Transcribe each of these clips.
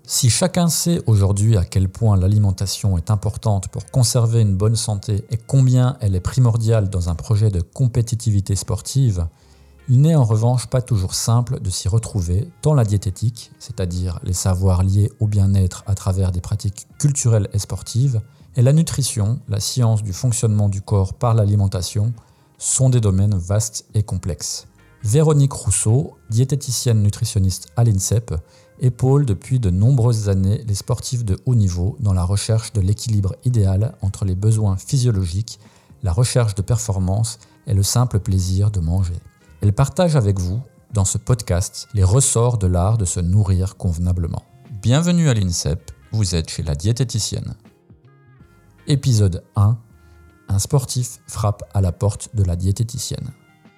Si chacun sait aujourd'hui à quel point l'alimentation est importante pour conserver une bonne santé et combien elle est primordiale dans un projet de compétitivité sportive, il n'est en revanche pas toujours simple de s'y retrouver tant la diététique, c'est-à-dire les savoirs liés au bien-être à travers des pratiques culturelles et sportives, et la nutrition, la science du fonctionnement du corps par l'alimentation, sont des domaines vastes et complexes. Véronique Rousseau, diététicienne nutritionniste à l'INSEP, épaule depuis de nombreuses années les sportifs de haut niveau dans la recherche de l'équilibre idéal entre les besoins physiologiques, la recherche de performance et le simple plaisir de manger. Elle partage avec vous, dans ce podcast, les ressorts de l'art de se nourrir convenablement. Bienvenue à l'INSEP, vous êtes chez la diététicienne. Épisode 1. Un sportif frappe à la porte de la diététicienne.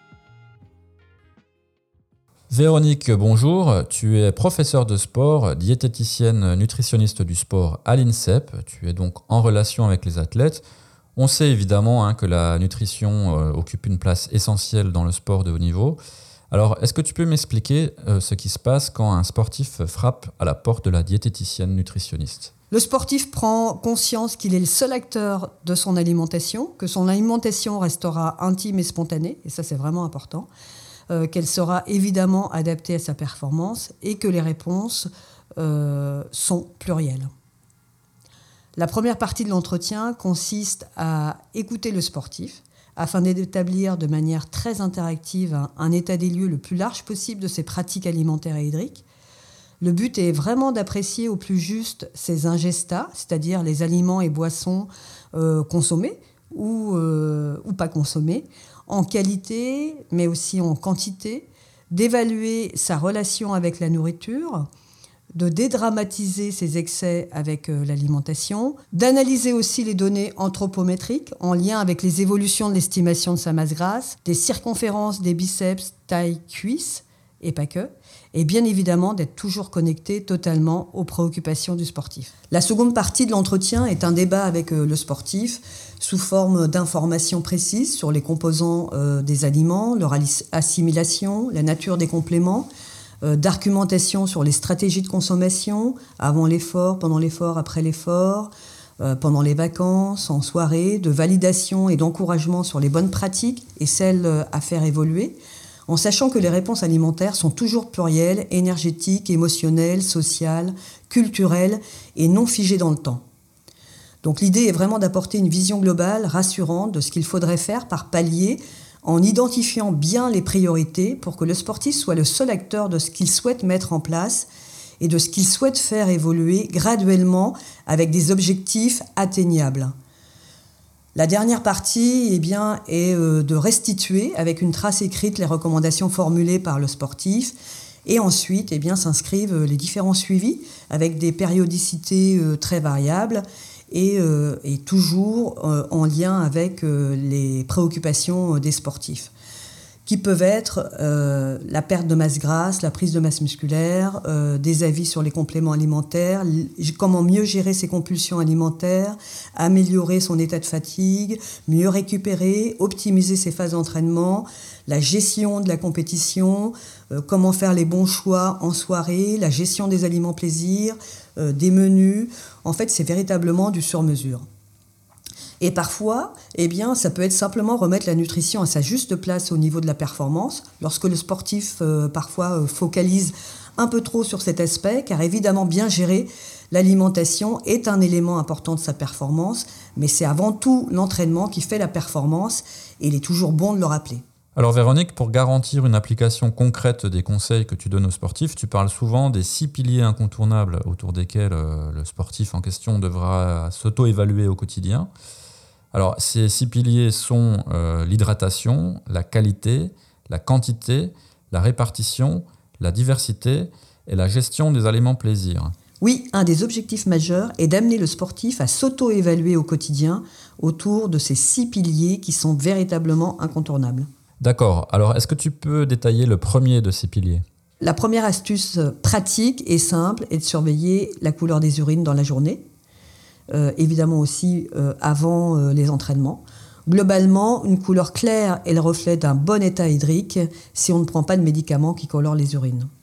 Véronique, bonjour. Tu es professeure de sport, diététicienne nutritionniste du sport à l'INSEP. Tu es donc en relation avec les athlètes. On sait évidemment que la nutrition occupe une place essentielle dans le sport de haut niveau. Alors, est-ce que tu peux m'expliquer ce qui se passe quand un sportif frappe à la porte de la diététicienne nutritionniste ? Le sportif prend conscience qu'il est le seul acteur de son alimentation, que son alimentation restera intime et spontanée, et ça c'est vraiment important, qu'elle sera évidemment adaptée à sa performance et que les réponses sont plurielles. La première partie de l'entretien consiste à écouter le sportif afin d'établir de manière très interactive un état des lieux le plus large possible de ses pratiques alimentaires et hydriques. Le but est vraiment d'apprécier au plus juste ses ingestats, c'est-à-dire les aliments et boissons consommés ou pas consommés, en qualité, mais aussi en quantité, d'évaluer sa relation avec la nourriture, de dédramatiser ses excès avec l'alimentation, d'analyser aussi les données anthropométriques en lien avec les évolutions de l'estimation de sa masse grasse, des circonférences des biceps, taille, cuisses, et pas que, et bien évidemment d'être toujours connecté totalement aux préoccupations du sportif. La seconde partie de l'entretien est un débat avec le sportif sous forme d'informations précises sur les composants des aliments, leur assimilation, la nature des compléments, d'argumentation sur les stratégies de consommation, avant l'effort, pendant l'effort, après l'effort, pendant les vacances, en soirée, de validation et d'encouragement sur les bonnes pratiques et celles à faire évoluer, en sachant que les réponses alimentaires sont toujours plurielles, énergétiques, émotionnelles, sociales, culturelles et non figées dans le temps. Donc l'idée est vraiment d'apporter une vision globale, rassurante de ce qu'il faudrait faire par palier, en identifiant bien les priorités pour que le sportif soit le seul acteur de ce qu'il souhaite mettre en place et de ce qu'il souhaite faire évoluer graduellement avec des objectifs atteignables. La dernière partie est de restituer avec une trace écrite les recommandations formulées par le sportif et ensuite s'inscrivent les différents suivis avec des périodicités très variables et toujours en lien avec les préoccupations des sportifs, qui peuvent être la perte de masse grasse, la prise de masse musculaire, des avis sur les compléments alimentaires, comment mieux gérer ses compulsions alimentaires, améliorer son état de fatigue, mieux récupérer, optimiser ses phases d'entraînement, la gestion de la compétition, comment faire les bons choix en soirée, la gestion des aliments plaisir, des menus. En fait, c'est véritablement du sur-mesure. Et parfois, ça peut être simplement remettre la nutrition à sa juste place au niveau de la performance, lorsque le sportif focalise un peu trop sur cet aspect, car évidemment bien gérer l'alimentation est un élément important de sa performance, mais c'est avant tout l'entraînement qui fait la performance, et il est toujours bon de le rappeler. Alors Véronique, pour garantir une application concrète des conseils que tu donnes aux sportifs, tu parles souvent des 6 piliers incontournables autour desquels le sportif en question devra s'auto-évaluer au quotidien. Alors, ces 6 piliers sont l'hydratation, la qualité, la quantité, la répartition, la diversité et la gestion des aliments plaisir. Oui, un des objectifs majeurs est d'amener le sportif à s'auto-évaluer au quotidien autour de ces 6 piliers qui sont véritablement incontournables. D'accord. Alors, est-ce que tu peux détailler le premier de ces piliers ? La première astuce pratique et simple est de surveiller la couleur des urines dans la journée. Évidemment aussi avant les entraînements. Globalement, une couleur claire est le reflet d'un bon état hydrique si on ne prend pas de médicaments qui colorent les urines.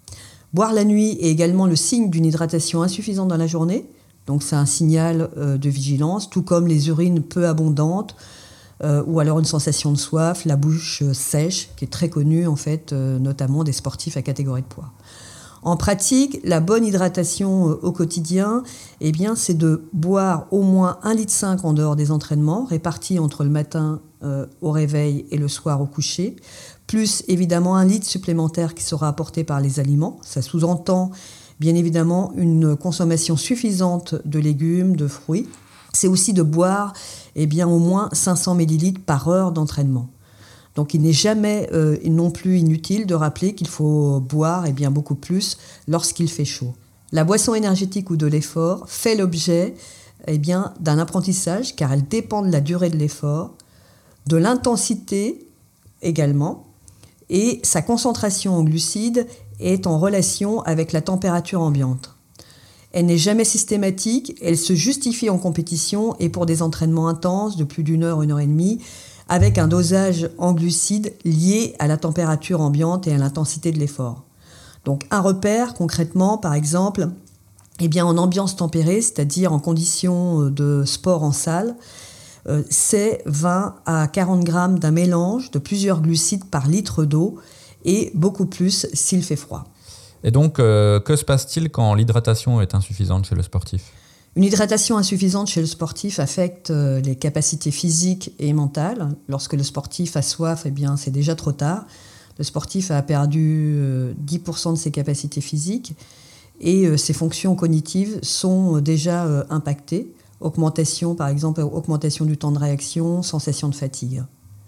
Boire la nuit est également le signe d'une hydratation insuffisante dans la journée. Donc c'est un signal de vigilance, tout comme les urines peu abondantes ou alors une sensation de soif, la bouche sèche, qui est très connue en fait, notamment des sportifs à catégorie de poids. En pratique, la bonne hydratation au quotidien, eh bien, c'est de boire au moins 1,5 litre en dehors des entraînements, répartis entre le matin au réveil et le soir au coucher, plus évidemment 1 litre supplémentaire qui sera apporté par les aliments. Ça sous-entend bien évidemment une consommation suffisante de légumes, de fruits. C'est aussi de boire eh bien, au moins 500 ml par heure d'entraînement. Donc il n'est jamais non plus inutile de rappeler qu'il faut boire eh bien, beaucoup plus lorsqu'il fait chaud. La boisson énergétique ou de l'effort fait l'objet eh bien, d'un apprentissage car elle dépend de la durée de l'effort, de l'intensité également, et sa concentration en glucides est en relation avec la température ambiante. Elle n'est jamais systématique, elle se justifie en compétition et pour des entraînements intenses de plus d'1 heure, 1 heure et demie, avec un dosage en glucides lié à la température ambiante et à l'intensité de l'effort. Donc un repère concrètement, par exemple, eh bien, en ambiance tempérée, c'est-à-dire en conditions de sport en salle, c'est 20 à 40 grammes d'un mélange de plusieurs glucides par litre d'eau et beaucoup plus s'il fait froid. Et donc, que se passe-t-il quand l'hydratation est insuffisante chez le sportif ? Une hydratation insuffisante chez le sportif affecte les capacités physiques et mentales. Lorsque le sportif a soif, eh bien, c'est déjà trop tard. Le sportif a perdu 10% de ses capacités physiques et ses fonctions cognitives sont déjà impactées. Augmentation, par exemple, augmentation du temps de réaction, sensation de fatigue.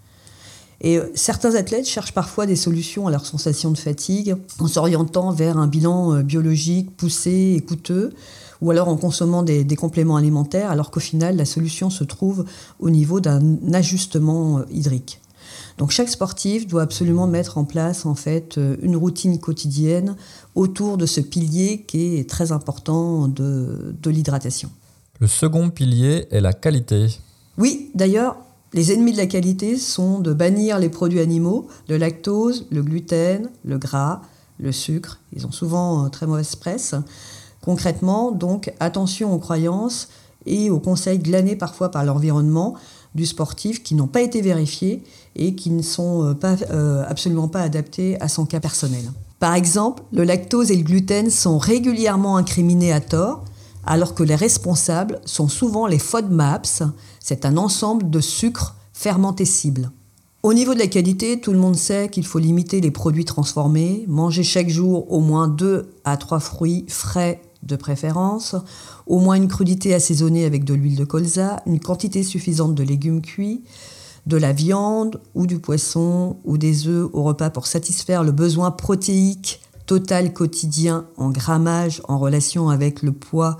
Et certains athlètes cherchent parfois des solutions à leur sensation de fatigue en s'orientant vers un bilan biologique poussé et coûteux, ou alors en consommant des compléments alimentaires, alors qu'au final, la solution se trouve au niveau d'un ajustement hydrique. Donc chaque sportif doit absolument mettre en place en fait, une routine quotidienne autour de ce pilier qui est très important de l'hydratation. Le second pilier est la qualité. Oui, d'ailleurs, les ennemis de la qualité sont de bannir les produits animaux, le lactose, le gluten, le gras, le sucre. Ils ont souvent très mauvaise presse. Concrètement, donc, attention aux croyances et aux conseils glanés parfois par l'environnement du sportif qui n'ont pas été vérifiés et qui ne sont absolument pas adaptés à son cas personnel. Par exemple, le lactose et le gluten sont régulièrement incriminés à tort, alors que les responsables sont souvent les FODMAPs, c'est un ensemble de sucres fermentescibles. Au niveau de la qualité, tout le monde sait qu'il faut limiter les produits transformés, manger chaque jour au moins 2 à 3 fruits frais de préférence, au moins une crudité assaisonnée avec de l'huile de colza, une quantité suffisante de légumes cuits, de la viande ou du poisson ou des œufs au repas pour satisfaire le besoin protéique total quotidien en grammage en relation avec le poids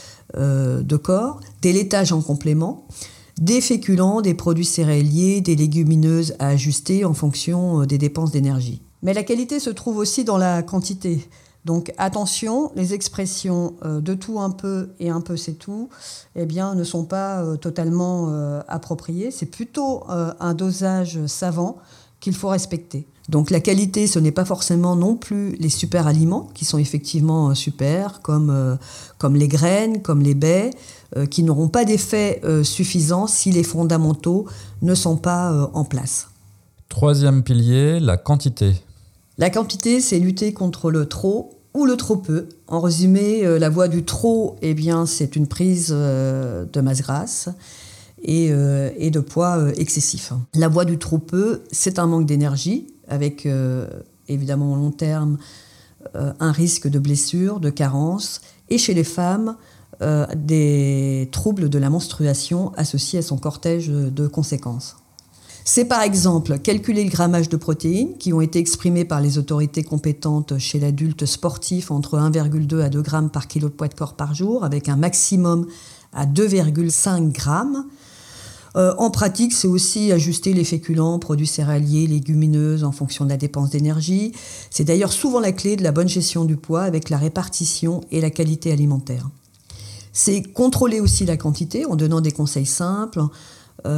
de corps, des laitages en complément, des féculents, des produits céréaliers, des légumineuses à ajuster en fonction des dépenses d'énergie. Mais la qualité se trouve aussi dans la quantité. Donc attention, les expressions de tout un peu et un peu c'est tout, eh bien, ne sont pas totalement appropriées. C'est plutôt un dosage savant qu'il faut respecter. Donc la qualité, ce n'est pas forcément non plus les super aliments qui sont effectivement super, comme les graines, comme les baies, qui n'auront pas d'effet suffisant si les fondamentaux ne sont pas en place. Troisième pilier, la quantité. La quantité, c'est lutter contre le trop ou le trop peu. En résumé, la voie du trop, eh bien, c'est une prise de masse grasse et de poids excessif. La voie du trop peu, c'est un manque d'énergie, avec évidemment au long terme un risque de blessure, de carence, et chez les femmes, des troubles de la menstruation associés à son cortège de conséquences. C'est par exemple calculer le grammage de protéines qui ont été exprimés par les autorités compétentes chez l'adulte sportif entre 1,2 à 2 grammes par kilo de poids de corps par jour, avec un maximum à 2,5 grammes. En pratique, c'est aussi ajuster les féculents, produits céréaliers, légumineuses en fonction de la dépense d'énergie. C'est d'ailleurs souvent la clé de la bonne gestion du poids avec la répartition et la qualité alimentaire. C'est contrôler aussi la quantité en donnant des conseils simples,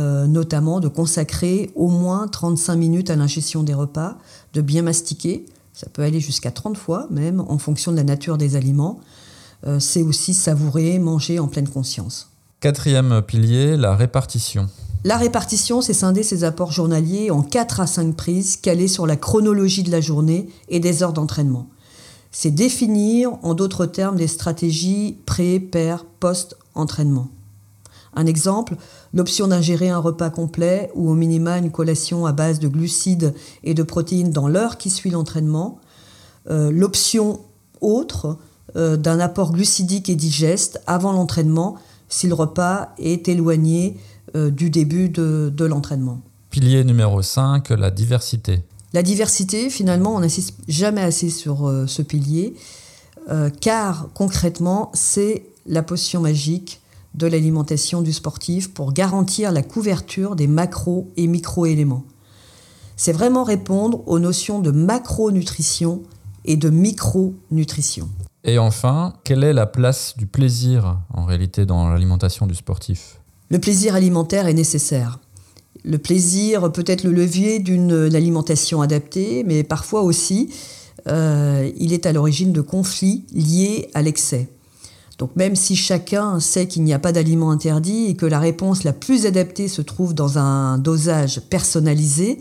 notamment de consacrer au moins 35 minutes à l'ingestion des repas, de bien mastiquer. ça peut aller jusqu'à 30 fois même en fonction de la nature des aliments. C'est aussi savourer, manger en pleine conscience. 4e pilier, la répartition. La répartition, c'est scinder ses apports journaliers en 4 à 5 prises calées sur la chronologie de la journée et des heures d'entraînement. C'est définir, en d'autres termes, des stratégies pré-, per-, post-entraînement. Un exemple, l'option d'ingérer un repas complet ou au minima une collation à base de glucides et de protéines dans l'heure qui suit l'entraînement. L'option autre d'un apport glucidique et digeste avant l'entraînement si le repas est éloigné du début de l'entraînement. Pilier numéro 5, la diversité. La diversité, finalement, on n'insiste jamais assez sur ce pilier, car concrètement, c'est la potion magique de l'alimentation du sportif pour garantir la couverture des macro- et micro-éléments. C'est vraiment répondre aux notions de macronutrition et de micronutrition. Et enfin, quelle est la place du plaisir en réalité dans l'alimentation du sportif ? Le plaisir alimentaire est nécessaire. Le plaisir peut être le levier d'une alimentation adaptée, mais parfois aussi, il est à l'origine de conflits liés à l'excès. Donc même si chacun sait qu'il n'y a pas d'aliment interdit et que la réponse la plus adaptée se trouve dans un dosage personnalisé,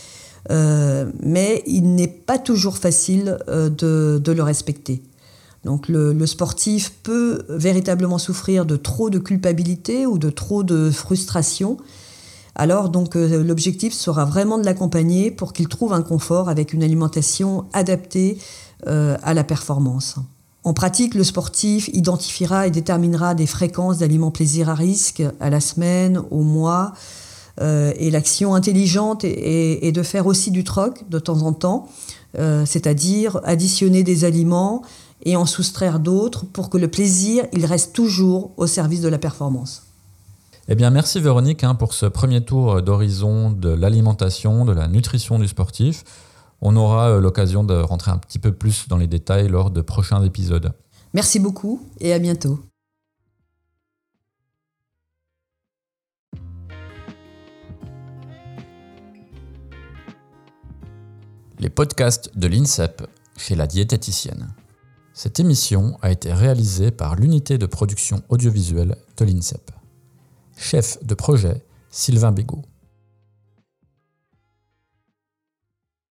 mais il n'est pas toujours facile de le respecter. Donc le sportif peut véritablement souffrir de trop de culpabilité ou de trop de frustration. Alors donc l'objectif sera vraiment de l'accompagner pour qu'il trouve un confort avec une alimentation adaptée à la performance. En pratique, le sportif identifiera et déterminera des fréquences d'aliments plaisir à risque à la semaine, au mois. Et l'action intelligente est de faire aussi du troc de temps en temps, c'est-à-dire additionner des aliments et en soustraire d'autres pour que le plaisir il reste toujours au service de la performance. Eh bien, merci Véronique pour ce premier tour d'horizon de l'alimentation, de la nutrition du sportif. On aura l'occasion de rentrer un petit peu plus dans les détails lors de prochains épisodes. Merci beaucoup et à bientôt. Les podcasts de l'INSEP chez la diététicienne. Cette émission a été réalisée par l'unité de production audiovisuelle de l'INSEP. Chef de projet, Sylvain Bégaud.